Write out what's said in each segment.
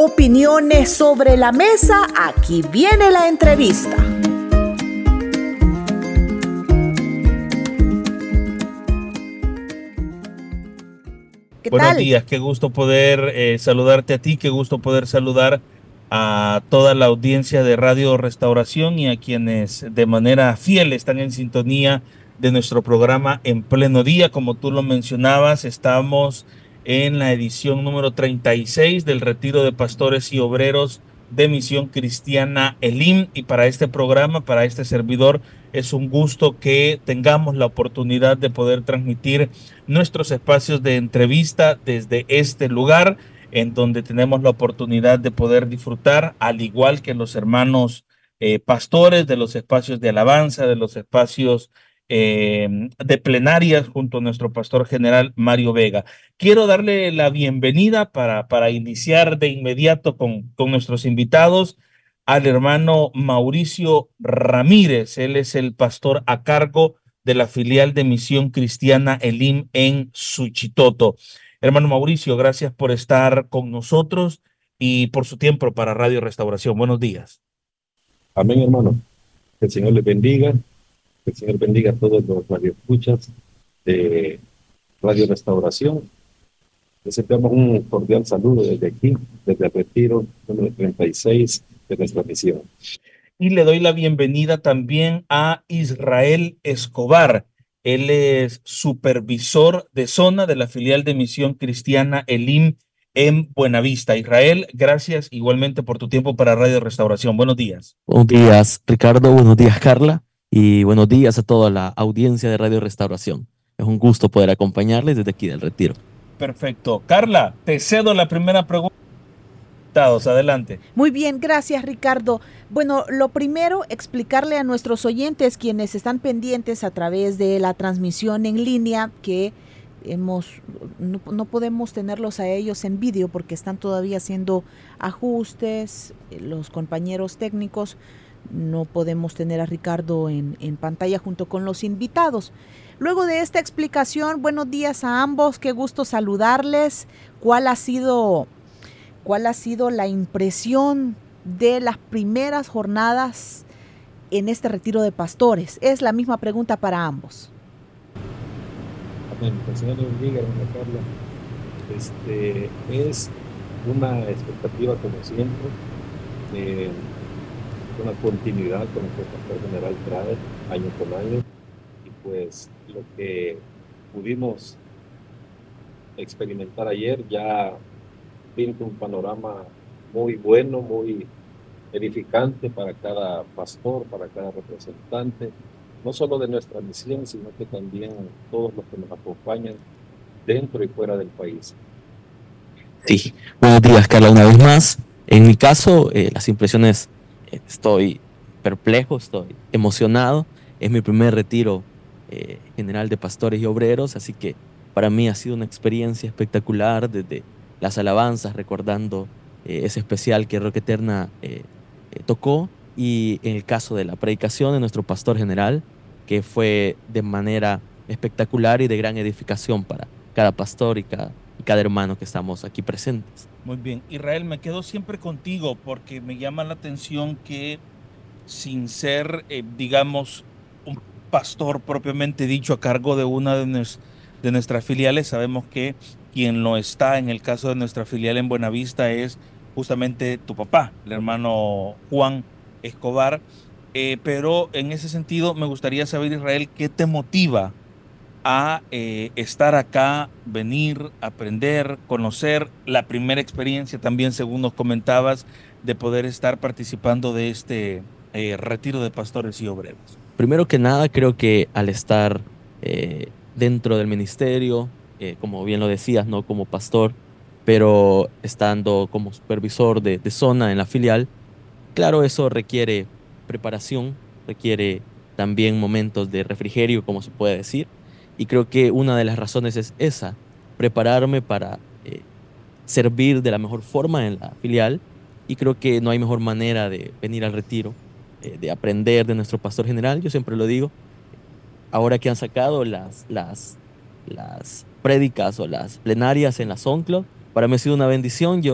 opiniones sobre la mesa, aquí viene la entrevista. ¿Qué Buenos tal? días, qué gusto poder saludarte a ti, qué gusto poder saludar a toda la audiencia de Radio Restauración y a quienes de manera fiel están en sintonía de nuestro programa En Pleno Día. Como tú lo mencionabas, estamos en la edición número 36 del Retiro de Pastores y Obreros de Misión Cristiana Elim, y para este programa, para este servidor, es un gusto que tengamos la oportunidad de poder transmitir nuestros espacios de entrevista desde este lugar, en donde tenemos la oportunidad de poder disfrutar, al igual que los hermanos pastores, de los espacios de alabanza, de los espacios de plenarias junto a nuestro pastor general Mario Vega. Quiero darle la bienvenida para iniciar de inmediato con nuestros invitados al hermano Mauricio Ramírez. Él es el pastor a cargo de la filial de Misión Cristiana Elim en Suchitoto. Hermano Mauricio, gracias por estar con nosotros y por su tiempo para Radio Restauración. Buenos días. Amén, hermano. Que el Señor les bendiga. Que el Señor bendiga a todos los radioescuchas de Radio Restauración. Les enviamos un cordial saludo desde aquí, desde el retiro número 36 de nuestra misión. Y le doy la bienvenida también a Israel Escobar. Él es supervisor de zona de la filial de Misión Cristiana Elim en Buenavista. Israel, gracias igualmente por tu tiempo para Radio Restauración. Buenos días. Buenos días, Ricardo. Buenos días, Carla. Y buenos días a toda la audiencia de Radio Restauración. Es un gusto poder acompañarles desde aquí del retiro. Perfecto. Carla, te cedo la primera pregunta. Adelante. Muy bien, gracias, Ricardo. Bueno, lo primero, explicarle a nuestros oyentes, quienes están pendientes a través de la transmisión en línea, que no podemos tenerlos a ellos en vídeo porque están todavía haciendo ajustes, los compañeros técnicos. No podemos tener a Ricardo en pantalla junto con los invitados. Luego de esta explicación, buenos días a ambos, qué gusto saludarles. ¿Cuál ha sido la impresión de las primeras jornadas en este retiro de pastores? Es la misma pregunta para ambos. Amén. Que el Señor les bendiga, hermana Carla. Es una expectativa, como siempre, una continuidad con lo que el pastor general trae año con año, y pues lo que pudimos experimentar ayer ya pinta un panorama muy bueno, muy edificante para cada pastor, para cada representante, no solo de nuestra misión, sino que también todos los que nos acompañan dentro y fuera del país. Sí, buenos días, Carla, una vez más. En mi caso, las impresiones, estoy perplejo, estoy emocionado. Es mi primer retiro general de pastores y obreros, así que para mí ha sido una experiencia espectacular, desde las alabanzas, recordando ese especial que Roca Eterna tocó, y en el caso de la predicación de nuestro pastor general, que fue de manera espectacular y de gran edificación para cada pastor y cada hermano que estamos aquí presentes. Muy bien. Israel, me quedo siempre contigo porque me llama la atención que, sin ser, digamos, un pastor propiamente dicho a cargo de una de nuestras filiales, sabemos que quien lo está en el caso de nuestra filial en Buenavista es justamente tu papá, el hermano Juan Escobar. Pero en ese sentido me gustaría saber, Israel, ¿qué te motiva a estar acá, venir, aprender, conocer la primera experiencia también, según nos comentabas, de poder estar participando de este retiro de pastores y obreros? Primero que nada, creo que al estar dentro del ministerio, como bien lo decías, no como pastor, pero estando como supervisor de zona en la filial, claro, eso requiere preparación, requiere también momentos de refrigerio, como se puede decir, y creo que una de las razones es esa, prepararme para servir de la mejor forma en la filial, y creo que no hay mejor manera de venir al retiro, de aprender de nuestro pastor general. Yo siempre lo digo, ahora que han sacado las prédicas o las plenarias en la SoundCloud, para mí ha sido una bendición. Yo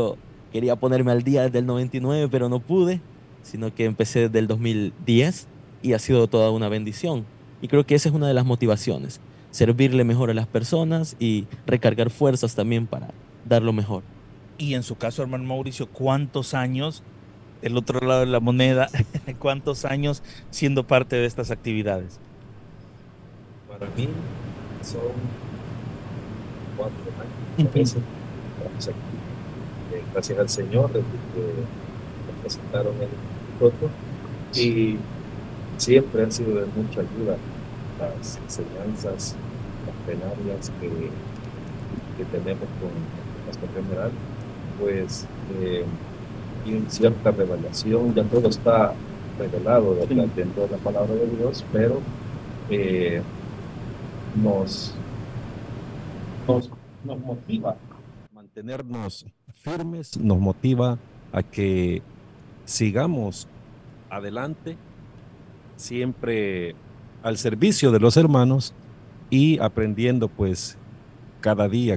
quería ponerme al día desde el 99, pero no pude, sino que empecé desde el 2010 y ha sido toda una bendición. Y creo que esa es una de las motivaciones, servirle mejor a las personas y recargar fuerzas también para dar lo mejor. Y en su caso, hermano Mauricio, ¿cuántos años, el otro lado de la moneda, cuántos años siendo parte de estas actividades? Para mí son 4 años, a veces, estamos aquí. Gracias al Señor, desde que nos presentaron el instituto, y siempre han sido de mucha ayuda las enseñanzas, las plenarias que tenemos con el pastor general, pues y cierta revelación, ya todo está revelado dentro de la palabra de Dios, pero eh, nos, nos motiva a mantenernos firmes, nos motiva a que sigamos adelante, siempre al servicio de los hermanos y aprendiendo pues cada día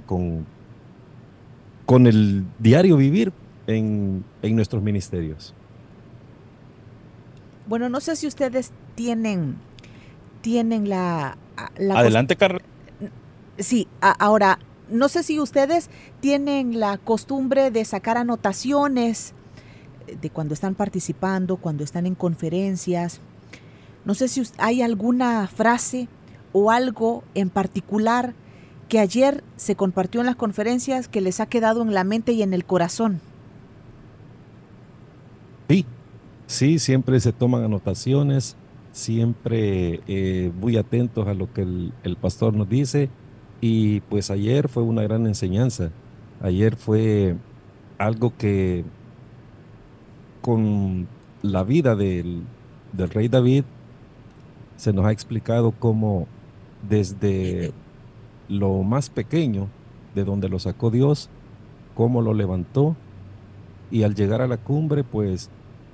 con el diario vivir en nuestros ministerios. Bueno, no sé si ustedes tienen Adelante, Carlos. Sí, ahora, no sé si ustedes tienen la costumbre de sacar anotaciones de cuando están participando, cuando están en conferencias. No sé si hay alguna frase o algo en particular que ayer se compartió en las conferencias que les ha quedado en la mente y en el corazón. Sí, siempre se toman anotaciones, siempre muy atentos a lo que el pastor nos dice, y pues ayer fue una gran enseñanza. Ayer fue algo que con la vida del rey David se nos ha explicado cómo desde lo más pequeño, de donde lo sacó Dios, cómo lo levantó, y al llegar a la cumbre, pues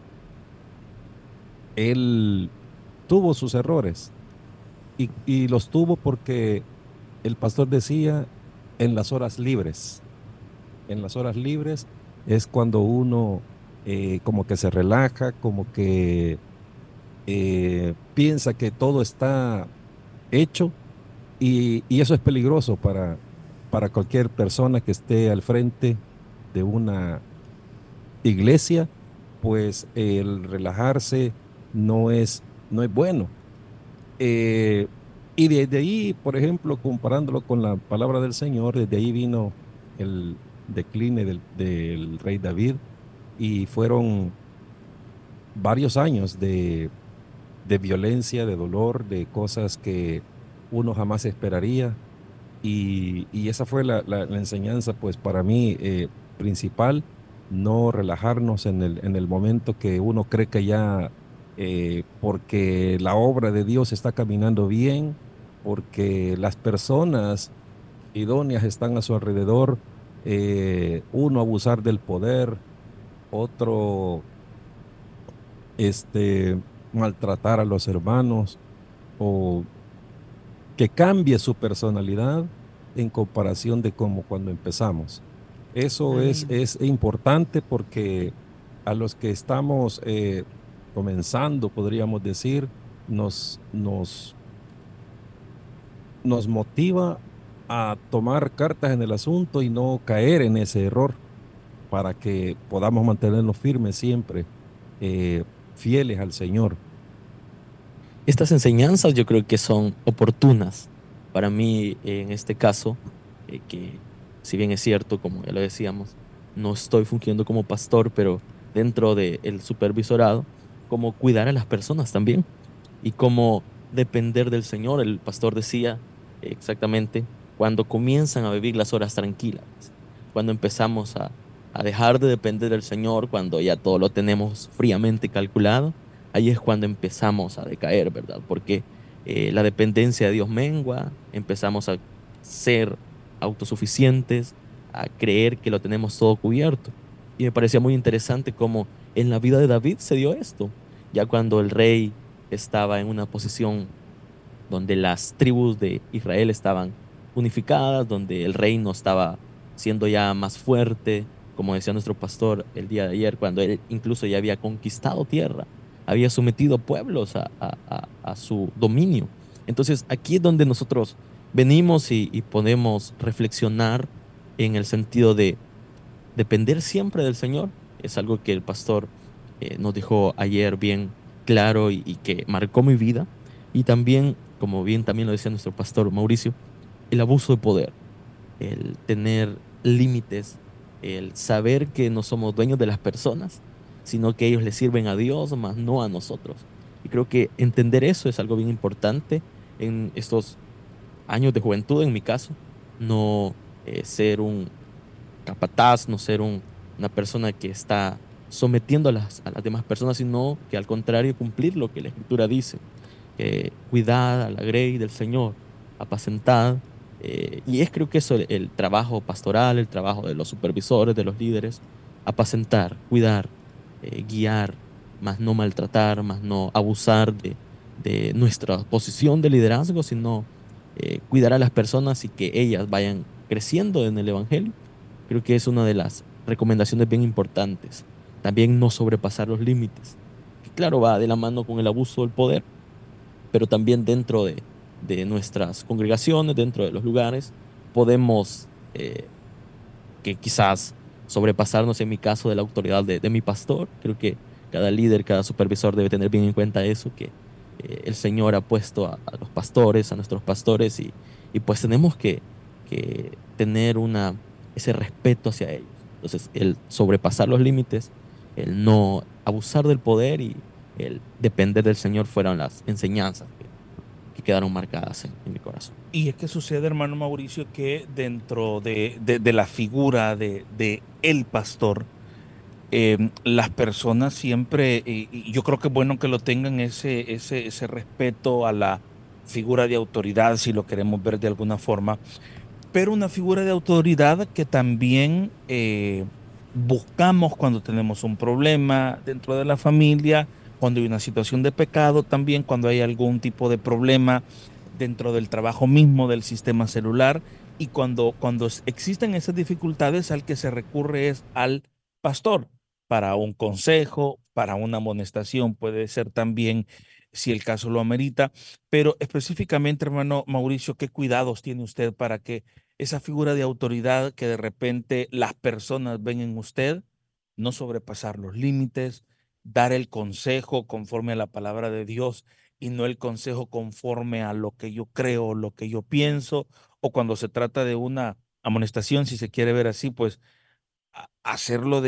él tuvo sus errores, y los tuvo porque el pastor decía en las horas libres. En las horas libres es cuando uno como que se relaja, como que piensa que todo está hecho, y eso es peligroso para cualquier persona que esté al frente de una iglesia, pues el relajarse no es bueno. Eh, y desde ahí, por ejemplo, comparándolo con la palabra del Señor, desde ahí vino el decline del rey David, y fueron varios años de violencia, de dolor, de cosas que uno jamás esperaría. Y esa fue la enseñanza, pues para mí, principal: no relajarnos en el momento que uno cree que ya, porque la obra de Dios está caminando bien, porque las personas idóneas están a su alrededor, uno abusar del poder, otro maltratar a los hermanos, o que cambie su personalidad en comparación de como cuando empezamos. Eso Amén. es importante, porque a los que estamos comenzando, podríamos decir, nos, nos, nos motiva a tomar cartas en el asunto y no caer en ese error, para que podamos mantenernos firmes siempre, eh, fieles al Señor. Estas enseñanzas yo creo que son oportunas para mí en este caso, que si bien es cierto, como ya lo decíamos, no estoy fungiendo como pastor, pero dentro del supervisorado, como cuidar a las personas también y como depender del Señor. El pastor decía exactamente cuando comienzan a vivir las horas tranquilas, cuando empezamos a dejar de depender del Señor, cuando ya todo lo tenemos fríamente calculado, ahí es cuando empezamos a decaer, ¿verdad? Porque la dependencia de Dios mengua, empezamos a ser autosuficientes, a creer que lo tenemos todo cubierto. Y me parecía muy interesante cómo en la vida de David se dio esto, ya cuando el rey estaba en una posición donde las tribus de Israel estaban unificadas, donde el reino estaba siendo ya más fuerte, como decía nuestro pastor el día de ayer, cuando él incluso ya había conquistado tierra, había sometido pueblos a su dominio. Entonces aquí es donde nosotros venimos y podemos reflexionar en el sentido de depender siempre del Señor. Es algo que el pastor nos dejó ayer bien claro y que marcó mi vida. Y también, como bien también lo decía nuestro pastor Mauricio, el abuso de poder, el tener límites, el saber que no somos dueños de las personas, sino que ellos le sirven a Dios, más no a nosotros. Y creo que entender eso es algo bien importante en estos años de juventud, en mi caso, no ser un capataz, no ser una persona que está sometiendo a las demás personas, sino que al contrario cumplir lo que la Escritura dice, que cuidad a la grey del Señor, apacentad. Y es creo que eso el trabajo pastoral, el trabajo de los supervisores, de los líderes, apacentar, cuidar, guiar, más no maltratar, más no abusar de nuestra posición de liderazgo, sino cuidar a las personas y que ellas vayan creciendo en el Evangelio. Creo que es una de las recomendaciones bien importantes. También no sobrepasar los límites, que claro va de la mano con el abuso del poder, pero también dentro de nuestras congregaciones, dentro de los lugares, podemos que quizás sobrepasarnos en mi caso de la autoridad de mi pastor. Creo que cada líder, cada supervisor debe tener bien en cuenta eso, que el Señor ha puesto a los pastores, a nuestros pastores, y pues tenemos que tener ese respeto hacia ellos. Entonces, el sobrepasar los límites, el no abusar del poder y el depender del Señor fueron las enseñanzas que quedaron marcadas en mi corazón. Y es que sucede, hermano Mauricio, que dentro de la figura de el pastor, las personas siempre, y yo creo que es bueno que lo tengan ese respeto a la figura de autoridad, si lo queremos ver de alguna forma, pero una figura de autoridad que también buscamos cuando tenemos un problema dentro de la familia, cuando hay una situación de pecado, también cuando hay algún tipo de problema dentro del trabajo mismo del sistema celular, y cuando existen esas dificultades, al que se recurre es al pastor para un consejo, para una amonestación, puede ser también si el caso lo amerita, pero específicamente, hermano Mauricio, ¿qué cuidados tiene usted para que esa figura de autoridad que de repente las personas ven en usted, no sobrepasar los límites, dar el consejo conforme a la palabra de Dios y no el consejo conforme a lo que yo creo, lo que yo pienso, o cuando se trata de una amonestación, si se quiere ver así, pues hacerlo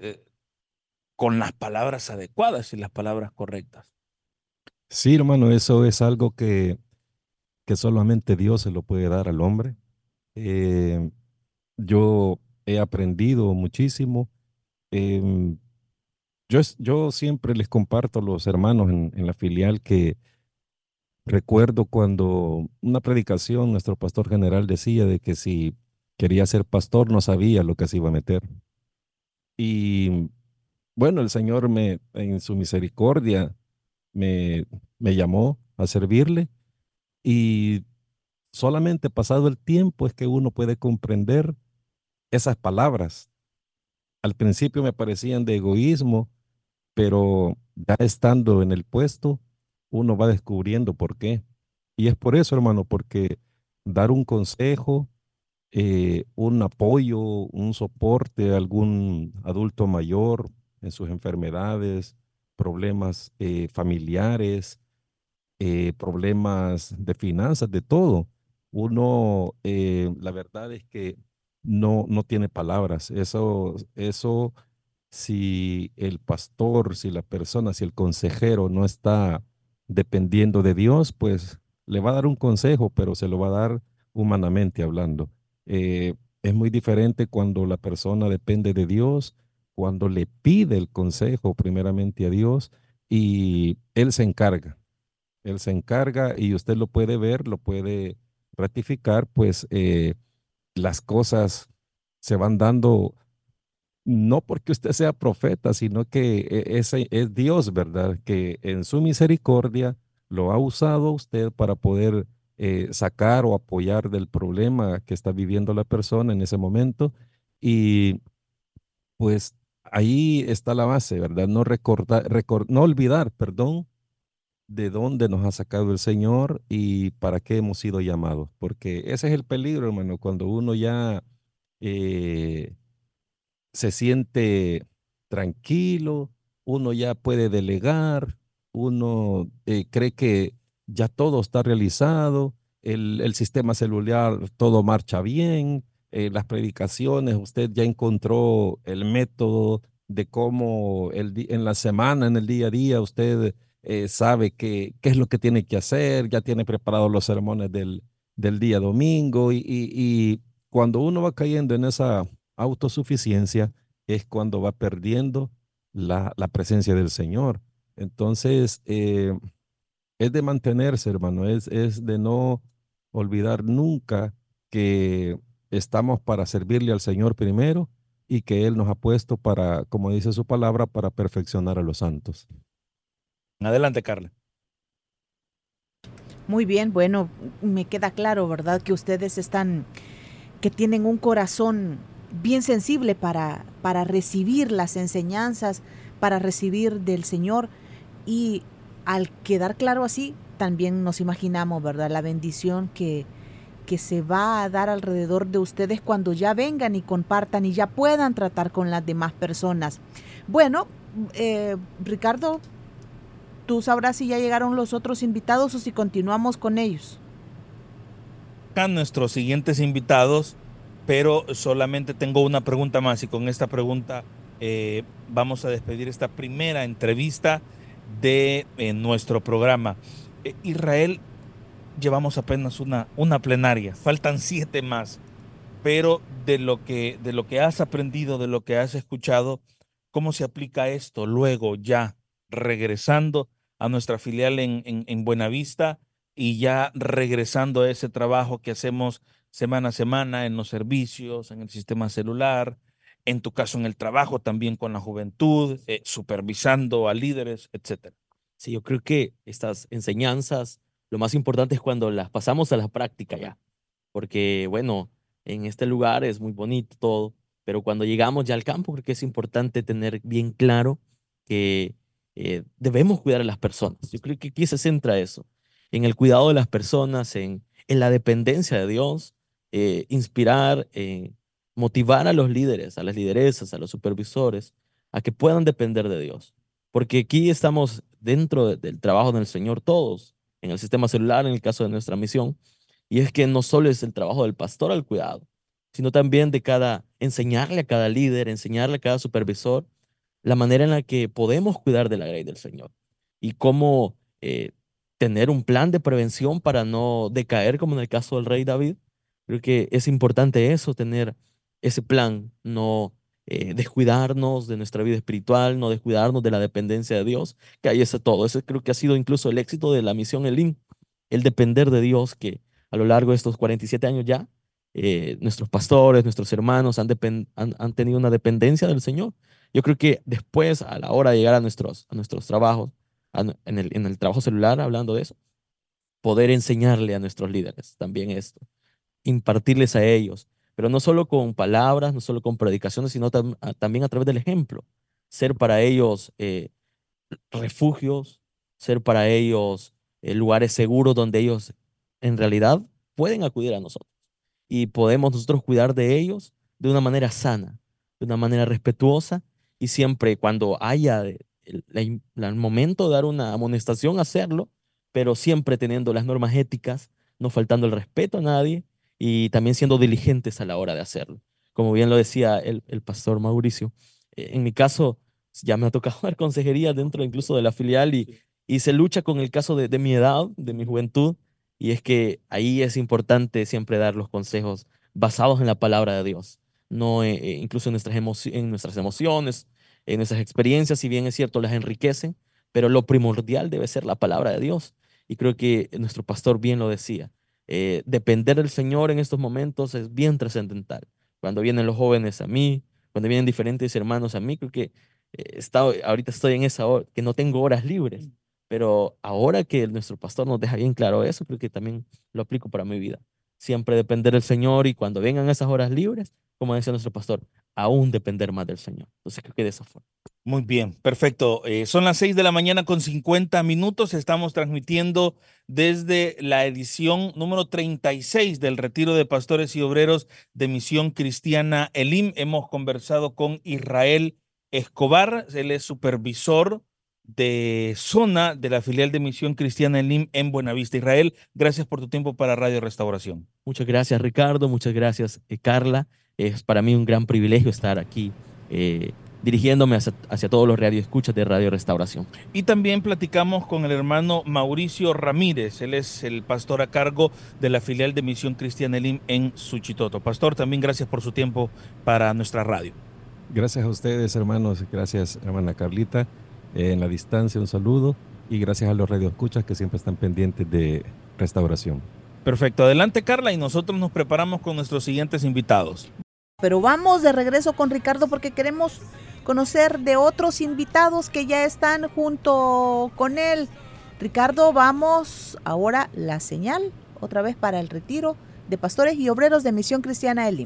con las palabras adecuadas y las palabras correctas? Sí, hermano, eso es algo que solamente Dios se lo puede dar al hombre. Eh, yo he aprendido muchísimo. Em, yo siempre les comparto a los hermanos en la filial que recuerdo cuando una predicación, nuestro pastor general decía de que si quería ser pastor no sabía lo que se iba a meter. Y bueno, el Señor en su misericordia, me, me llamó a servirle, y solamente pasado el tiempo es que uno puede comprender esas palabras. Al principio me parecían de egoísmo, pero ya estando en el puesto, uno va descubriendo por qué. Y es por eso, hermano, porque dar un consejo, un apoyo, un soporte a algún adulto mayor en sus enfermedades, problemas familiares, problemas de finanzas, de todo. Uno, la verdad es que no tiene palabras. Eso, si el pastor, si la persona, si el consejero no está dependiendo de Dios, pues le va a dar un consejo, pero se lo va a dar humanamente hablando. Es muy diferente cuando la persona depende de Dios, cuando le pide el consejo primeramente a Dios y Él se encarga. Él se encarga y usted lo puede ver, lo puede ratificar, pues las cosas se van dando no porque usted sea profeta, sino que ese es Dios, ¿verdad? Que en su misericordia lo ha usado a usted para poder sacar o apoyar del problema que está viviendo la persona en ese momento. Y Pues ahí está la base, ¿verdad? No olvidar, perdón, de dónde nos ha sacado el Señor y para qué hemos sido llamados, porque ese es el peligro, hermano, cuando uno ya eh, se siente tranquilo, uno ya puede delegar, uno cree que ya todo está realizado, el sistema celular, todo marcha bien, las predicaciones, usted ya encontró el método de cómo en la semana, en el día a día, usted sabe qué es lo que tiene que hacer, ya tiene preparados los sermones del día domingo y cuando uno va cayendo en esa autosuficiencia es cuando va perdiendo la presencia del Señor. Entonces, es de mantenerse, hermano, es de no olvidar nunca que estamos para servirle al Señor primero y que Él nos ha puesto para, como dice su palabra, para perfeccionar a los santos. Adelante, Carla. Muy bien, bueno, me queda claro, ¿verdad? Que ustedes que tienen un corazón bien sensible para recibir las enseñanzas, para recibir del Señor. Y al quedar claro así, también nos imaginamos, ¿verdad? La bendición que se va a dar alrededor de ustedes cuando ya vengan y compartan y ya puedan tratar con las demás personas. Bueno, Ricardo, tú sabrás si ya llegaron los otros invitados o si continuamos con ellos. A nuestros siguientes invitados, pero solamente tengo una pregunta más y con esta pregunta vamos a despedir esta primera entrevista de nuestro programa. Israel, llevamos apenas una plenaria, faltan 7 más, pero de lo que has aprendido, de lo que has escuchado, ¿cómo se aplica esto luego ya regresando a nuestra filial en Buenavista y ya regresando a ese trabajo que hacemos semana a semana en los servicios, en el sistema celular, en tu caso en el trabajo también con la juventud, supervisando a líderes, etcétera? Sí, yo creo que estas enseñanzas, lo más importante es cuando las pasamos a la práctica ya, porque bueno, en este lugar es muy bonito todo, pero cuando llegamos ya al campo, creo que es importante tener bien claro que debemos cuidar a las personas. Yo creo que aquí se centra eso, en el cuidado de las personas, en la dependencia de Dios, inspirar, motivar a los líderes, a las lideresas, a los supervisores, a que puedan depender de Dios. Porque aquí estamos dentro del trabajo del Señor todos, en el sistema celular, en el caso de nuestra misión, y es que no solo es el trabajo del pastor al cuidado, sino también de enseñarle a cada líder, enseñarle a cada supervisor la manera en la que podemos cuidar de la grey del Señor y cómo tener un plan de prevención para no decaer como en el caso del rey David. Creo que es importante eso, tener ese plan, no descuidarnos de nuestra vida espiritual, no descuidarnos de la dependencia de Dios, que ahí está todo. Ese creo que ha sido incluso el éxito de la misión Elim, el depender de Dios, que a lo largo de estos 47 años ya, nuestros pastores, nuestros hermanos han tenido una dependencia del Señor. Yo creo que después, a la hora de llegar a nuestros trabajos, en el trabajo celular, hablando de eso, poder enseñarle a nuestros líderes también esto, impartirles a ellos, pero no solo con palabras, no solo con predicaciones, sino también a través del ejemplo, ser para ellos refugios, ser para ellos lugares seguros donde ellos en realidad pueden acudir a nosotros y podemos nosotros cuidar de ellos de una manera sana, de una manera respetuosa y siempre cuando haya el momento de dar una amonestación, hacerlo, pero siempre teniendo las normas éticas, no faltando el respeto a nadie y también siendo diligentes a la hora de hacerlo. Como bien lo decía el pastor Mauricio, en mi caso ya me ha tocado dar consejería dentro incluso de la filial y se lucha con el caso de mi edad, de mi juventud, y es que ahí es importante siempre dar los consejos basados en la palabra de Dios, no incluso en nuestras emociones, en nuestras experiencias, si bien es cierto, las enriquecen, pero lo primordial debe ser la palabra de Dios. Y creo que nuestro pastor bien lo decía, depender del Señor en estos momentos es bien trascendental. Cuando vienen los jóvenes a mí, cuando vienen diferentes hermanos a mí, creo que ahorita estoy en esa hora, que no tengo horas libres. Pero ahora que nuestro pastor nos deja bien claro eso, creo que también lo aplico para mi vida. siempre depender del Señor y cuando vengan esas horas libres, como decía nuestro pastor, aún depender más del Señor. Entonces creo que de esa forma. Muy bien, perfecto. Son las 6 de la mañana con 50 minutos. Estamos transmitiendo desde la edición número 36 del Retiro de Pastores y Obreros de Misión Cristiana Elim. Hemos conversado con Israel Escobar. Él es supervisor de zona de la filial de Misión Cristiana Elim en Buenavista. Israel, gracias por tu tiempo para Radio Restauración. Muchas gracias, Ricardo. Muchas gracias, Carla. Es para mí un gran privilegio estar aquí dirigiéndome hacia todos los radioescuchas de Radio Restauración. Y también platicamos con el hermano Mauricio Ramírez. Él es el pastor a cargo de la filial de Misión Cristiana Elim en Suchitoto. Pastor, también gracias por su tiempo para nuestra radio. Gracias a ustedes, hermanos. Gracias, hermana Carlita. En la distancia, un saludo. Y gracias a los radioescuchas que siempre están pendientes de Restauración. Perfecto. Adelante, Carla, y nosotros nos preparamos con nuestros siguientes invitados. Pero vamos de regreso con Ricardo porque queremos conocer de otros invitados que ya están junto con él. Ricardo, vamos ahora la señal otra vez para el retiro de pastores y obreros de Misión Cristiana Elim.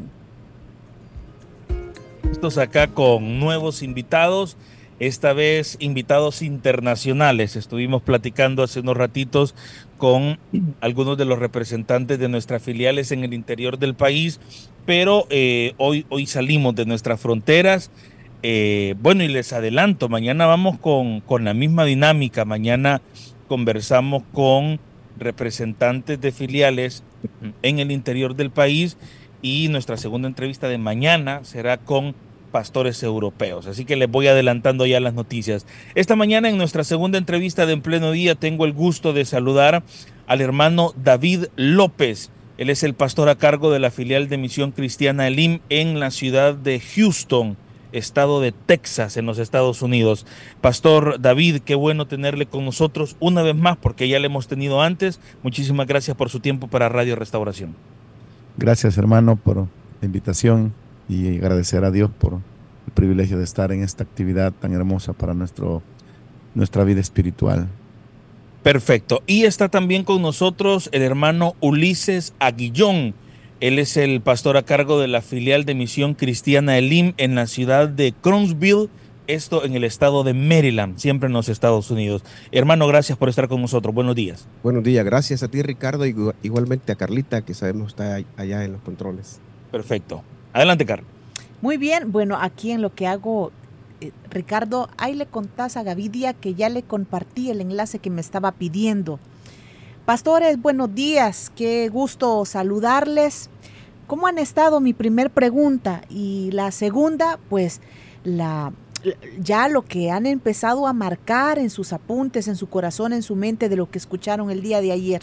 Estos acá con nuevos invitados, esta vez invitados internacionales. Estuvimos platicando hace unos ratitos con algunos de los representantes de nuestras filiales en el interior del país, pero hoy salimos de nuestras fronteras. Bueno, y les adelanto, mañana vamos con la misma dinámica. Mañana conversamos con representantes de filiales en el interior del país y nuestra segunda entrevista de mañana será con pastores europeos. Así que les voy adelantando ya las noticias. Esta mañana en nuestra segunda entrevista de En Pleno Día tengo el gusto de saludar al hermano David López. Él es el pastor a cargo de la filial de Misión Cristiana Elim en la ciudad de Houston, estado de Texas, en los Estados Unidos. Pastor David, qué bueno tenerle con nosotros una vez más, porque ya le hemos tenido antes. Muchísimas gracias por su tiempo para Radio Restauración. Gracias, hermano, por la invitación y agradecer a Dios por el privilegio de estar en esta actividad tan hermosa para nuestra vida espiritual. Perfecto. Y está también con nosotros el hermano Ulises Aguillón. Él es el pastor a cargo de la filial de Misión Cristiana Elim en la ciudad de Crownsville, esto en el estado de Maryland, siempre en los Estados Unidos. Hermano, gracias por estar con nosotros. Buenos días. Buenos días. Gracias a ti, Ricardo, y igualmente a Carlita, que sabemos está allá en los controles. Perfecto. Adelante, Carla. Muy bien. Bueno, aquí en lo que hago, Ricardo, ahí le contás a Gavidia que ya le compartí el enlace que me estaba pidiendo. Pastores, buenos días, qué gusto saludarles. ¿Cómo han estado? Mi primer pregunta. Y la segunda, pues, ya lo que han empezado a marcar en sus apuntes, en su corazón, en su mente, de lo que escucharon el día de ayer.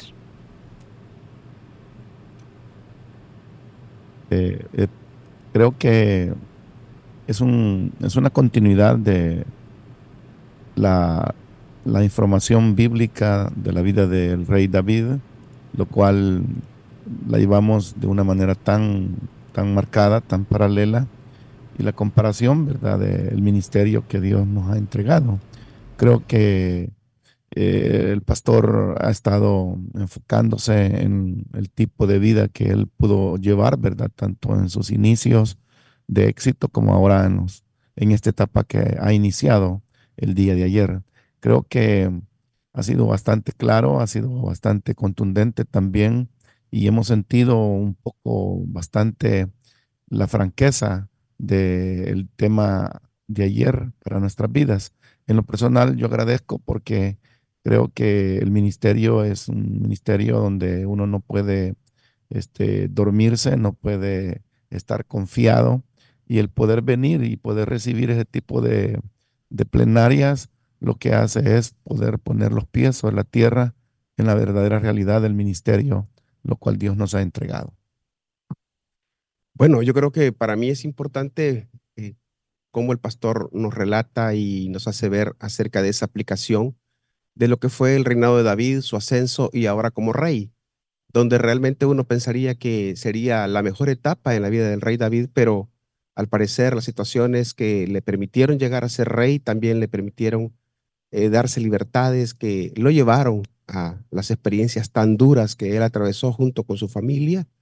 Creo que es una continuidad de la información bíblica de la vida del rey David, lo cual la llevamos de una manera tan marcada, tan paralela, y la comparación, ¿verdad?, del ministerio que Dios nos ha entregado. Creo que el pastor ha estado enfocándose en el tipo de vida que él pudo llevar, ¿verdad?, tanto en sus inicios de éxito como ahora en esta etapa que ha iniciado el día de ayer. Creo que ha sido bastante claro, ha sido bastante contundente también, y hemos sentido un poco bastante la franqueza del tema de ayer para nuestras vidas. En lo personal, yo agradezco porque creo que el ministerio es un ministerio donde uno no puede dormirse, no puede estar confiado, y el poder venir y poder recibir ese tipo de plenarias lo que hace es poder poner los pies sobre la tierra en la verdadera realidad del ministerio, lo cual Dios nos ha entregado. Bueno, yo creo que para mí es importante cómo el pastor nos relata y nos hace ver acerca de esa aplicación de lo que fue el reinado de David, su ascenso y ahora como rey, donde realmente uno pensaría que sería la mejor etapa en la vida del rey David, pero al parecer las situaciones que le permitieron llegar a ser rey también le permitieron darse libertades que lo llevaron a las experiencias tan duras que él atravesó junto con su familia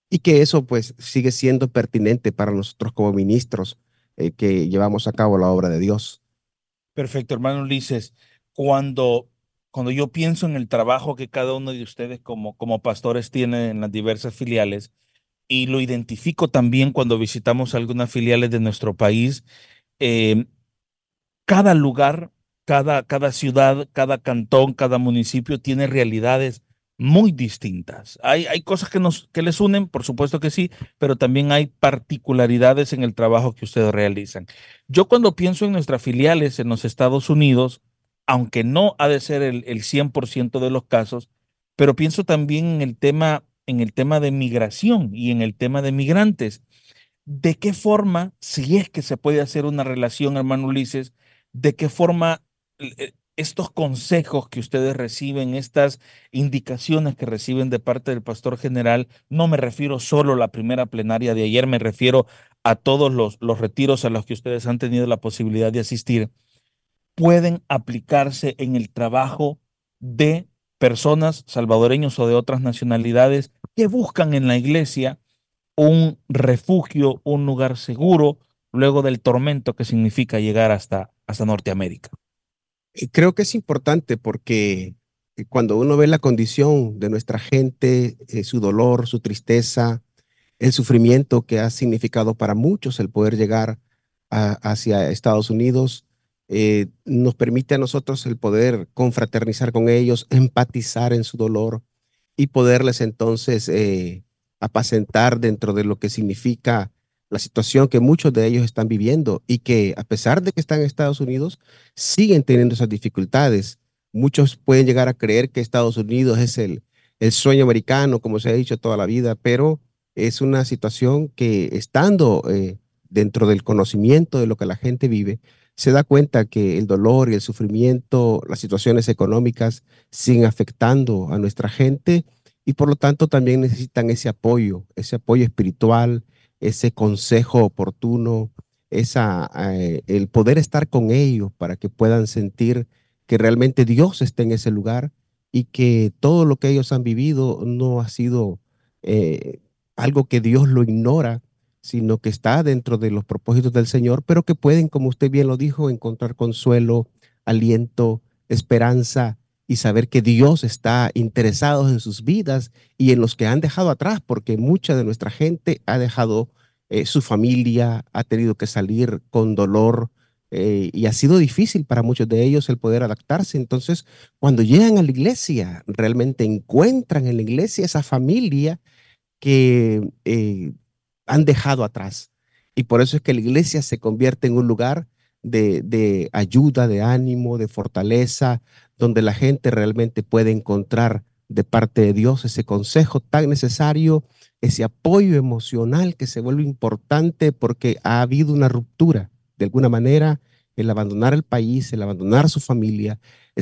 y que eso pues sigue siendo pertinente para nosotros como ministros que llevamos a cabo la obra de Dios. Perfecto, hermano Ulises. Cuando, cuando yo pienso en el trabajo que cada uno de ustedes como pastores tiene en las diversas filiales, y lo identifico también cuando visitamos algunas filiales de nuestro país, eh, cada lugar, cada ciudad, cada cantón, cada municipio tiene realidades muy distintas. Hay cosas que les unen, por supuesto que sí, pero también hay particularidades en el trabajo que ustedes realizan. Yo cuando pienso en nuestras filiales en los Estados Unidos, aunque no ha de ser el 100% de los casos, pero pienso también en el tema de migración y en el tema de migrantes. ¿De qué forma, si es que se puede hacer una relación, hermano Ulises, de qué forma estos consejos que ustedes reciben, estas indicaciones que reciben de parte del pastor general, no me refiero solo a la primera plenaria de ayer, me refiero a todos los retiros a los que ustedes han tenido la posibilidad de asistir, pueden aplicarse en el trabajo de personas salvadoreños o de otras nacionalidades que buscan en la iglesia un refugio, un lugar seguro, luego del tormento que significa llegar hasta Norteamérica? Creo que es importante porque cuando uno ve la condición de nuestra gente, su dolor, su tristeza, el sufrimiento que ha significado para muchos el poder llegar hacia Estados Unidos, nos permite a nosotros el poder confraternizar con ellos, empatizar en su dolor y poderles entonces apacentar dentro de lo que significa la situación que muchos de ellos están viviendo y que a pesar de que están en Estados Unidos, siguen teniendo esas dificultades. Muchos pueden llegar a creer que Estados Unidos es el sueño americano, como se ha dicho toda la vida, pero es una situación que estando dentro del conocimiento de lo que la gente vive, se da cuenta que el dolor y el sufrimiento, las situaciones económicas siguen afectando a nuestra gente y por lo tanto también necesitan ese apoyo espiritual, ese consejo oportuno, el poder estar con ellos para que puedan sentir que realmente Dios está en ese lugar y que todo lo que ellos han vivido no ha sido eh, algo que Dios lo ignora, sino que está dentro de los propósitos del Señor, pero que pueden, como usted bien lo dijo, encontrar consuelo, aliento, esperanza y saber que Dios está interesado en sus vidas y en los que han dejado atrás, porque mucha de nuestra gente ha dejado su familia, ha tenido que salir con dolor y ha sido difícil para muchos de ellos el poder adaptarse. Entonces, cuando llegan a la iglesia, realmente encuentran en la iglesia esa familia que han dejado atrás. Y por eso es que la iglesia se convierte en un lugar de ayuda, de ánimo, de fortaleza, donde la gente realmente puede encontrar de parte de Dios ese consejo tan necesario, ese apoyo emocional que se vuelve importante porque ha habido una ruptura. De alguna manera, el abandonar el país, el abandonar su familia,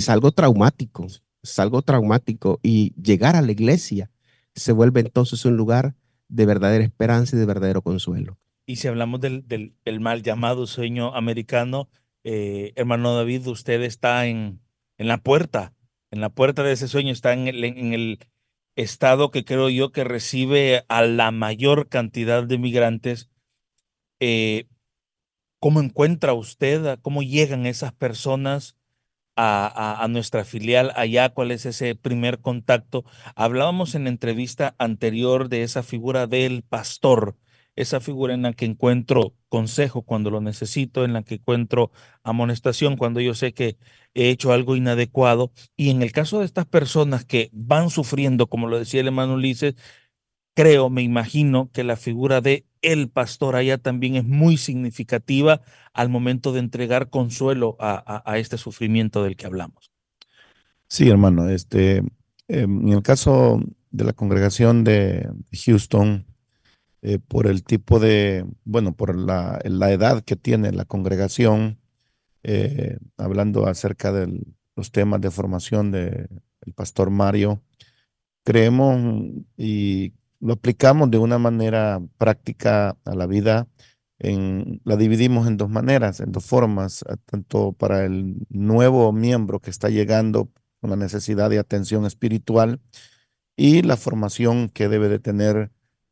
es algo traumático y llegar a la iglesia se vuelve entonces un lugar de verdadera esperanza y de verdadero consuelo. Y si hablamos del mal llamado sueño americano, hermano David, usted está en la puerta de ese sueño, está en el estado que creo yo que recibe a la mayor cantidad de migrantes. Eh, ¿Cómo encuentra usted, cómo llegan esas personas a nuestra filial allá? ¿Cuál es ese primer contacto? Hablábamos en la entrevista anterior de esa figura del pastor, esa figura en la que encuentro consejo cuando lo necesito, en la que encuentro amonestación cuando yo sé que he hecho algo inadecuado. Y en el caso de estas personas que van sufriendo, como lo decía el hermano Ulises, creo, me imagino que la figura de el pastor allá también es muy significativa al momento de entregar consuelo a este sufrimiento del que hablamos. Sí, hermano, en el caso de la congregación de Houston, por el tipo bueno, por la edad que tiene la congregación, hablando acerca de los temas de formación del pastor Mario, creemos y lo aplicamos de una manera práctica a la vida. La dividimos en dos maneras, en dos formas, tanto para el nuevo miembro que está llegando con la necesidad de atención espiritual y la formación que debe de tener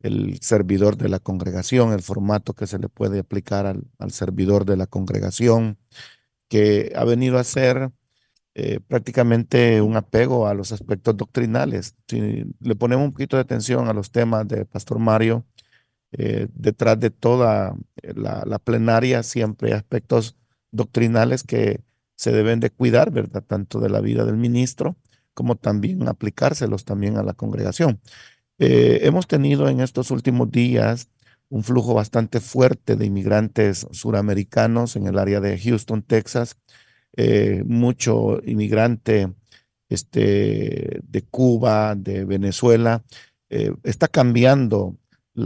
el servidor de la congregación, el formato que se le puede aplicar al servidor de la congregación, que ha venido a ser prácticamente un apego a los aspectos doctrinales. Si le ponemos un poquito de atención a los temas de Pastor Mario, detrás de toda la plenaria siempre hay aspectos doctrinales que se deben de cuidar, ¿verdad? Tanto de la vida del ministro como también aplicárselos también a la congregación. Hemos tenido en estos últimos días un flujo bastante fuerte de inmigrantes suramericanos en el área de Houston, Texas, mucho inmigrante de Cuba, de Venezuela. Está cambiando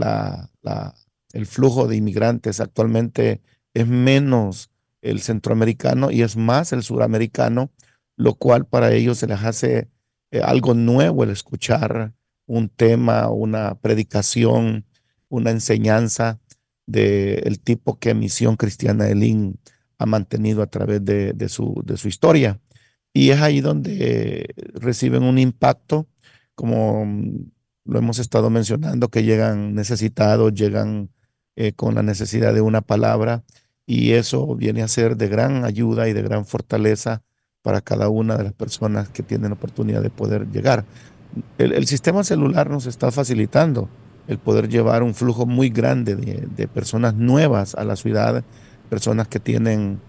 el flujo de inmigrantes. Actualmente es menos el centroamericano y es más el suramericano, lo cual para ellos se les hace algo nuevo el escuchar un tema, una predicación, una enseñanza del tipo que Misión Cristiana Elim ha mantenido a través de su historia. Y es ahí donde reciben un impacto, como lo hemos estado mencionando, que llegan necesitados, llegan con la necesidad de una palabra, y eso viene a ser de gran ayuda y de gran fortaleza para cada una de las personas que tienen la oportunidad de poder llegar. El sistema celular nos está facilitando el poder llevar un flujo muy grande de personas nuevas a la ciudad, personas que tienen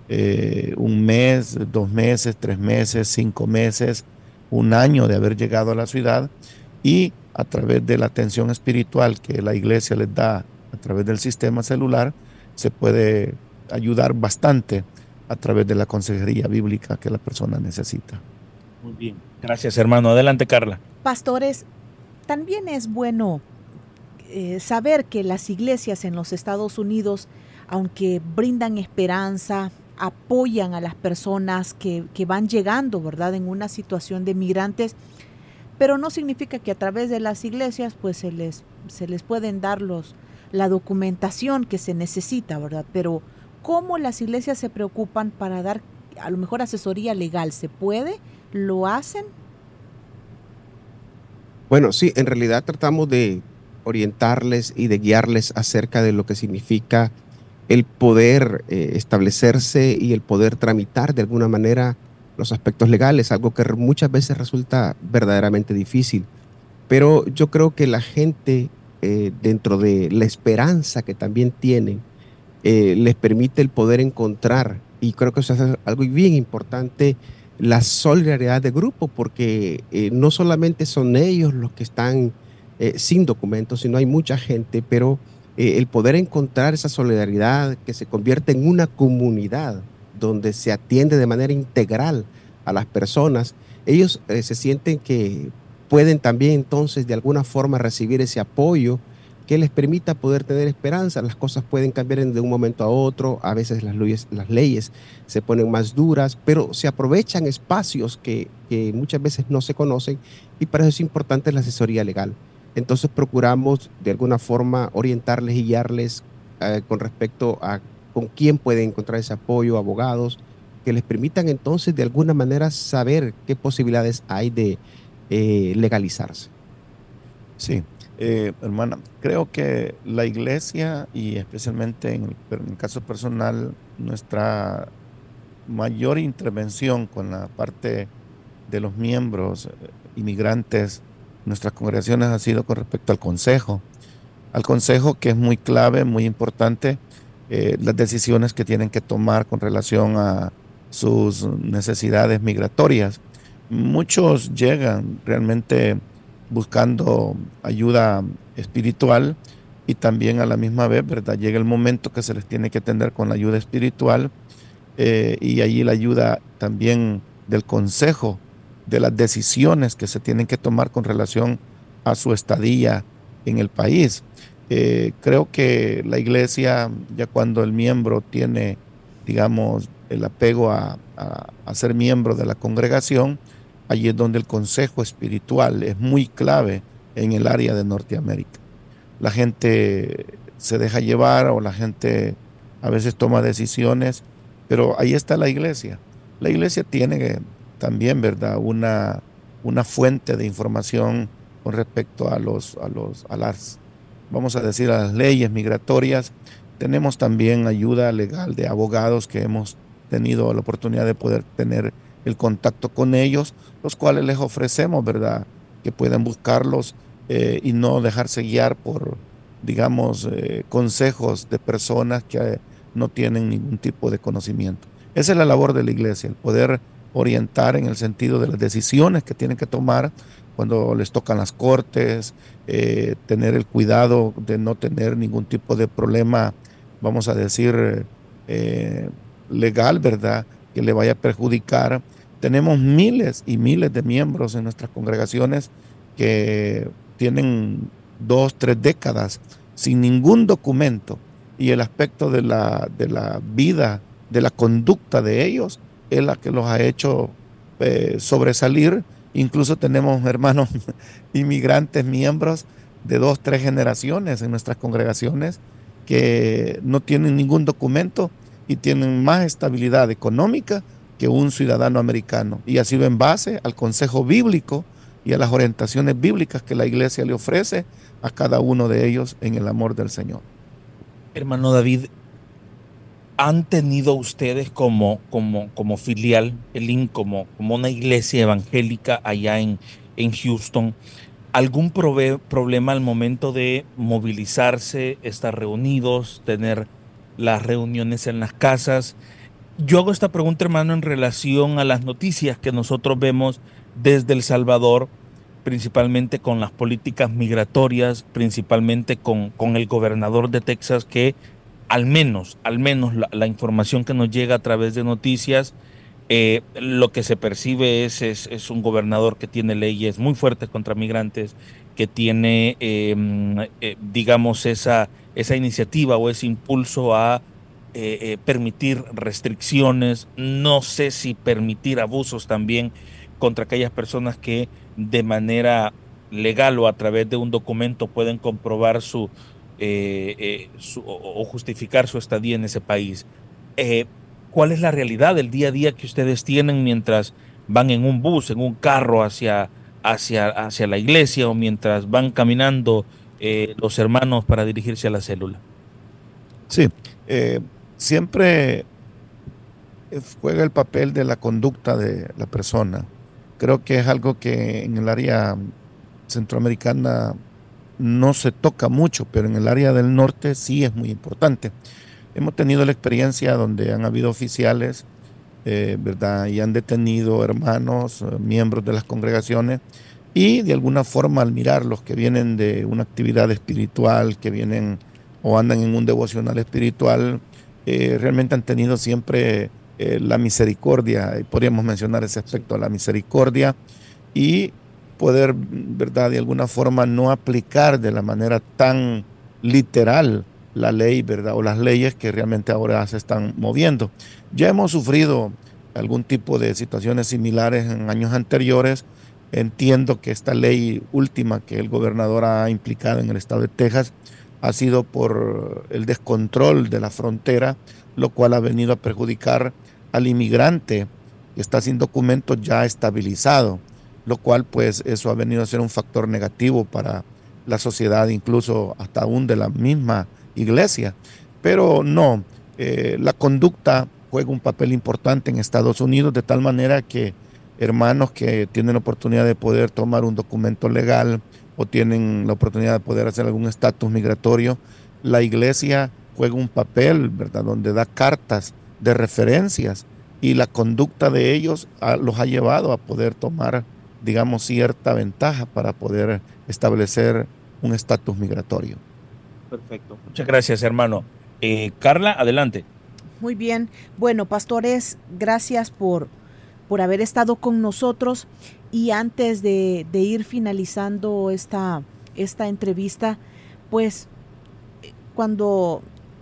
1 mes, 2 meses, 3 meses, 5 meses, 1 año de haber llegado a la ciudad, y a través de la atención espiritual que la iglesia les da a través del sistema celular, se puede ayudar bastante a través de la consejería bíblica que la persona necesita. Muy bien, gracias hermano. Adelante, Carla. Pastores, también es bueno saber que las iglesias en los Estados Unidos, aunque brindan esperanza, apoyan a las personas que van llegando, ¿verdad?, en una situación de migrantes, pero no significa que a través de las iglesias pues se les pueden dar la documentación que se necesita, ¿verdad? Pero ¿cómo las iglesias se preocupan para dar a lo mejor asesoría legal? ¿Se puede? ¿Lo hacen? Bueno, sí, en realidad tratamos de orientarles y de guiarles acerca de lo que significa el poder establecerse y el poder tramitar de alguna manera los aspectos legales, algo que muchas veces resulta verdaderamente difícil. Pero yo creo que la gente, dentro de la esperanza que también tienen, les permite el poder encontrar, y creo que eso es algo bien importante, la solidaridad de grupo, porque no solamente son ellos los que están sin documentos, sino hay mucha gente, pero el poder encontrar esa solidaridad que se convierte en una comunidad donde se atiende de manera integral a las personas, ellos se sienten que pueden también entonces de alguna forma recibir ese apoyo que les permita poder tener esperanza. Las cosas pueden cambiar de un momento a otro, a veces las leyes se ponen más duras, pero se aprovechan espacios que muchas veces no se conocen, y para eso es importante la asesoría legal. Entonces procuramos de alguna forma orientarles y guiarles con respecto a con quién pueden encontrar ese apoyo, abogados, que les permitan entonces de alguna manera saber qué posibilidades hay de legalizarse. Sí, hermana, creo que la iglesia, y especialmente en el caso personal, nuestra mayor intervención con la parte de los miembros inmigrantes, nuestras congregaciones, ha sido con respecto al consejo que es muy clave, muy importante, las decisiones que tienen que tomar con relación a sus necesidades migratorias. Muchos llegan realmente buscando ayuda espiritual, y también a la misma vez, ¿verdad?, llega el momento que se les tiene que atender con la ayuda espiritual, y allí la ayuda también del consejo, de las decisiones que se tienen que tomar con relación a su estadía en el país. Creo que la iglesia, ya cuando el miembro tiene, digamos, el apego a ser miembro de la congregación, allí es donde el consejo espiritual es muy clave en el área de Norteamérica. La gente se deja llevar, o la gente a veces toma decisiones, pero ahí está la iglesia. La iglesia tiene también, ¿verdad?, una fuente de información con respecto a las vamos a decir, a las leyes migratorias. Tenemos también ayuda legal de abogados que hemos tenido la oportunidad de poder tener el contacto con ellos, los cuales les ofrecemos, ¿verdad?, que puedan buscarlos y no dejarse guiar por, digamos, consejos de personas que no tienen ningún tipo de conocimiento. Esa es la labor de la iglesia, el poder orientar en el sentido de las decisiones que tienen que tomar cuando les tocan las cortes, tener el cuidado de no tener ningún tipo de problema, vamos a decir, legal, ¿verdad?, que le vaya a perjudicar. Tenemos miles y miles de miembros en nuestras congregaciones que tienen 2, 3 décadas sin ningún documento, y el aspecto de la vida, de la conducta de ellos, es la que los ha hecho sobresalir. Incluso tenemos hermanos inmigrantes, miembros de 2, 3 generaciones en nuestras congregaciones que no tienen ningún documento y tienen más estabilidad económica que un ciudadano americano. Y ha sido en base al consejo bíblico y a las orientaciones bíblicas que la iglesia le ofrece a cada uno de ellos en el amor del Señor. Hermano David, ¿han tenido ustedes como filial, el IN, como una iglesia evangélica allá en Houston, algún problema al momento de movilizarse, estar reunidos, tener las reuniones en las casas? Yo hago esta pregunta, hermano, en relación a las noticias que nosotros vemos desde El Salvador, principalmente con las políticas migratorias, principalmente con el gobernador de Texas, que al menos la información que nos llega a través de noticias, lo que se percibe es un gobernador que tiene leyes muy fuertes contra migrantes, que tiene, digamos, esa iniciativa o ese impulso a permitir restricciones, no sé si permitir abusos también contra aquellas personas que de manera legal o a través de un documento pueden comprobar o justificar su estadía en ese país. Eh, ¿Cuál es la realidad del día a día que ustedes tienen mientras van en un bus, en un carro hacia la iglesia, o mientras van caminando los hermanos para dirigirse a la célula? Sí, siempre juega el papel de la conducta de la persona. Creo que es algo que en el área centroamericana no se toca mucho, pero en el área del norte sí es muy importante. Hemos tenido la experiencia donde han habido oficiales, ¿verdad? Y han detenido hermanos, miembros de las congregaciones, y de alguna forma al mirar los que vienen de una actividad espiritual, que vienen o andan en un devocional espiritual, realmente han tenido siempre la misericordia, y podríamos mencionar ese aspecto, la misericordia, y poder, ¿verdad?, de alguna forma no aplicar de la manera tan literal la ley, ¿verdad?, o las leyes que realmente ahora se están moviendo. Ya hemos sufrido algún tipo de situaciones similares en años anteriores. Entiendo que esta ley última que el gobernador ha implicado en el estado de Texas ha sido por el descontrol de la frontera, lo cual ha venido a perjudicar al inmigrante que está sin documentos ya estabilizado, lo cual pues eso ha venido a ser un factor negativo para la sociedad, incluso hasta aún de la misma iglesia. Pero no, la conducta juega un papel importante en Estados Unidos, de tal manera que hermanos que tienen la oportunidad de poder tomar un documento legal o tienen la oportunidad de poder hacer algún estatus migratorio, la iglesia juega un papel, ¿verdad?, donde da cartas de referencias, y la conducta de ellos los ha llevado a poder tomar, digamos, cierta ventaja para poder establecer un estatus migratorio. Perfecto. Muchas gracias, hermano. Carla, adelante. Muy bien. Bueno, pastores, gracias por haber estado con nosotros. Y antes de ir finalizando esta entrevista, pues cuando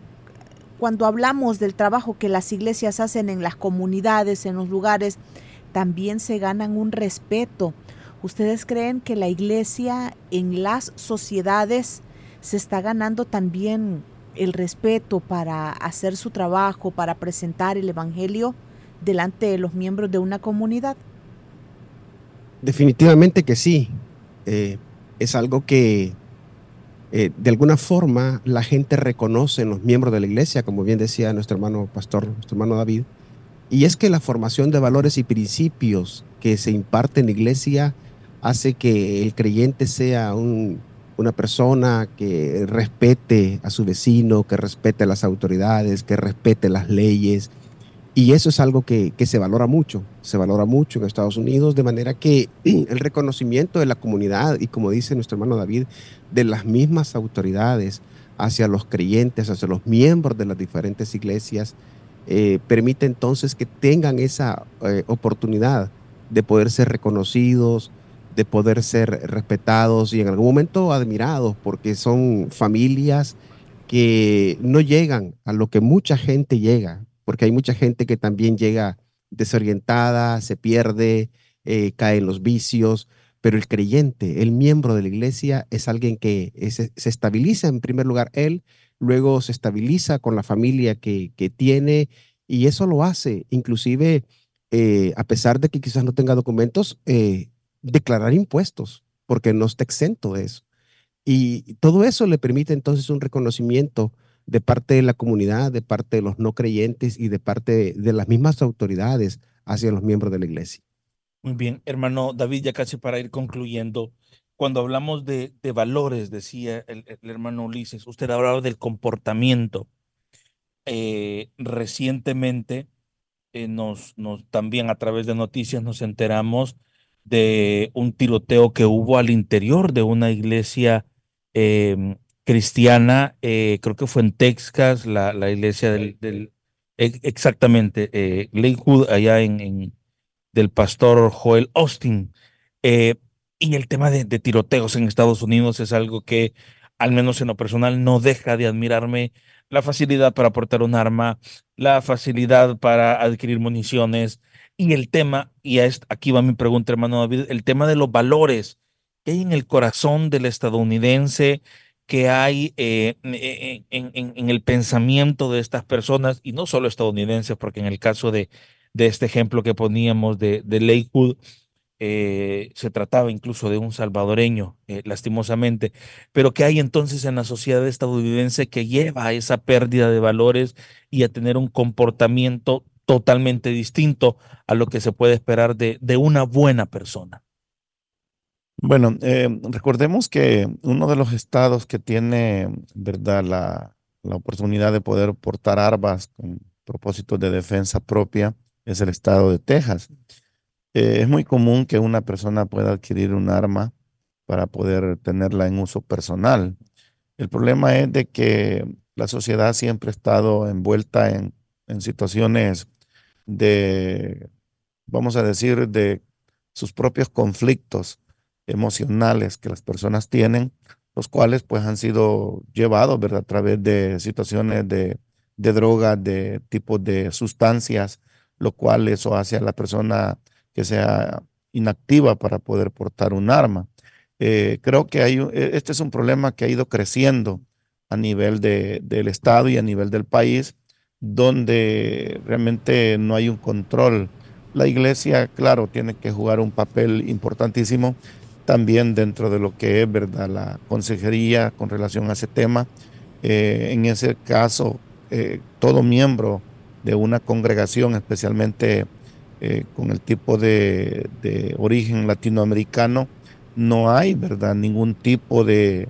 hablamos del trabajo que las iglesias hacen en las comunidades, en los lugares, también se ganan un respeto. ¿Ustedes creen que la iglesia en las sociedades se está ganando también el respeto para hacer su trabajo, para presentar el evangelio delante de los miembros de una comunidad? Definitivamente que sí. Es algo que de alguna forma la gente reconoce en los miembros de la iglesia, como bien decía nuestro hermano pastor, nuestro hermano David, y es que la formación de valores y principios que se imparte en la iglesia hace que el creyente sea una persona que respete a su vecino, que respete a las autoridades, que respete las leyes. Y eso es algo que se valora mucho en Estados Unidos, de manera que el reconocimiento de la comunidad y, como dice nuestro hermano David, de las mismas autoridades hacia los creyentes, hacia los miembros de las diferentes iglesias, permite entonces que tengan esa oportunidad de poder ser reconocidos, de poder ser respetados y en algún momento admirados, porque son familias que no llegan a lo que mucha gente llega, porque hay mucha gente que también llega desorientada, se pierde, cae en los vicios, pero el creyente, el miembro de la iglesia, es alguien que se estabiliza en primer lugar él, luego se estabiliza con la familia que tiene y eso lo hace, inclusive a pesar de que quizás no tenga documentos, declarar impuestos, porque no está exento de eso. Y todo eso le permite entonces un reconocimiento de parte de la comunidad, de parte de los no creyentes y de parte de las mismas autoridades hacia los miembros de la iglesia. Muy bien, hermano David, ya casi para ir concluyendo, cuando hablamos de valores, decía el hermano Ulises, usted hablaba del comportamiento. Recientemente también a través de noticias nos enteramos de un tiroteo que hubo al interior de una iglesia cristiana, creo que fue en Texas, la iglesia exactamente, Lakewood, allá del pastor Joel Austin. Eh, y el tema de tiroteos en Estados Unidos es algo que, al menos en lo personal, no deja de admirarme. La facilidad para portar un arma, la facilidad para adquirir municiones y el tema, aquí va mi pregunta, hermano David, el tema de los valores que hay en el corazón del estadounidense, que hay en el pensamiento de estas personas, y no solo estadounidenses, porque en el caso de este ejemplo que poníamos de Lakewood, se trataba incluso de un salvadoreño, lastimosamente, pero que hay entonces en la sociedad estadounidense que lleva a esa pérdida de valores y a tener un comportamiento totalmente distinto a lo que se puede esperar de una buena persona. Bueno, recordemos que uno de los estados que tiene, ¿verdad?, la oportunidad de poder portar armas con propósitos de defensa propia es el estado de Texas. Es muy común que una persona pueda adquirir un arma para poder tenerla en uso personal. El problema es de que la sociedad siempre ha estado envuelta en situaciones de, vamos a decir, de sus propios conflictos emocionales que las personas tienen, los cuales pues han sido llevados, ¿verdad?, a través de situaciones de drogas, de tipos de sustancias, lo cual eso hace a la persona que sea inactiva para poder portar un arma. Creo que este es un problema que ha ido creciendo a nivel del Estado y a nivel del país, donde realmente no hay un control. La iglesia, claro, tiene que jugar un papel importantísimo también dentro de lo que es, ¿verdad?, la consejería con relación a ese tema. En ese caso, todo miembro de una congregación, especialmente con el tipo de origen latinoamericano, no hay, ¿verdad?, ningún tipo de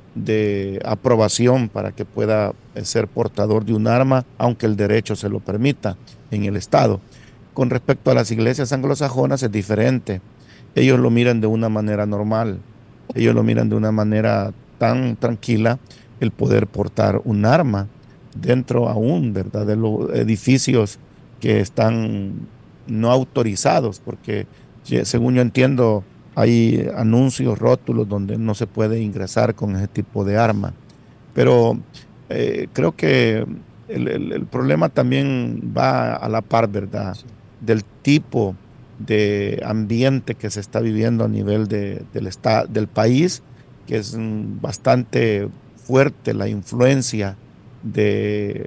aprobación para que pueda ser portador de un arma, aunque el derecho se lo permita en el Estado. Con respecto a las iglesias anglosajonas es diferente. Ellos lo miran de una manera normal, ellos lo miran de una manera tan tranquila, el poder portar un arma dentro aún, ¿verdad?, de los edificios que están no autorizados, porque según yo entiendo, hay anuncios, rótulos donde no se puede ingresar con ese tipo de arma. Pero creo que el problema también va a la par, ¿verdad?, del tipo de ambiente que se está viviendo a nivel del país, que es bastante fuerte la influencia de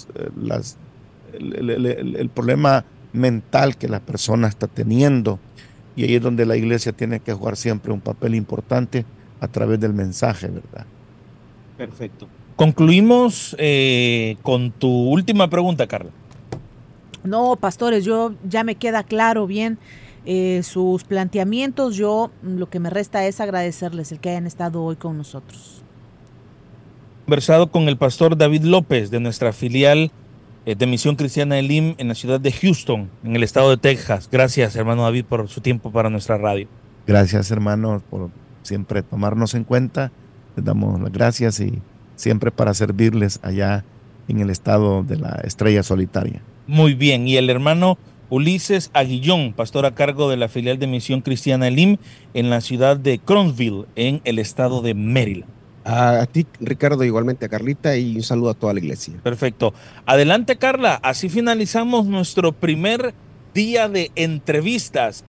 el problema mental que la persona está teniendo. Y ahí es donde la iglesia tiene que jugar siempre un papel importante a través del mensaje, ¿verdad? Perfecto. Concluimos con tu última pregunta, Carla. No, pastores, yo ya me queda claro bien sus planteamientos. Yo lo que me resta es agradecerles el que hayan estado hoy con nosotros. Conversado con el pastor David López de nuestra filial de Misión Cristiana Elim en la ciudad de Houston, en el estado de Texas. Gracias, hermano David, por su tiempo para nuestra radio. Gracias, hermanos, por siempre tomarnos en cuenta. Les damos las gracias y siempre para servirles allá en el estado de la Estrella Solitaria. Muy bien, y el hermano Ulises Aguillón, pastor a cargo de la filial de Misión Cristiana Elim en la ciudad de Cronsville, en el estado de Maryland. A ti, Ricardo, igualmente a Carlita, y un saludo a toda la iglesia. Perfecto. Adelante, Carla. Así finalizamos nuestro primer día de entrevistas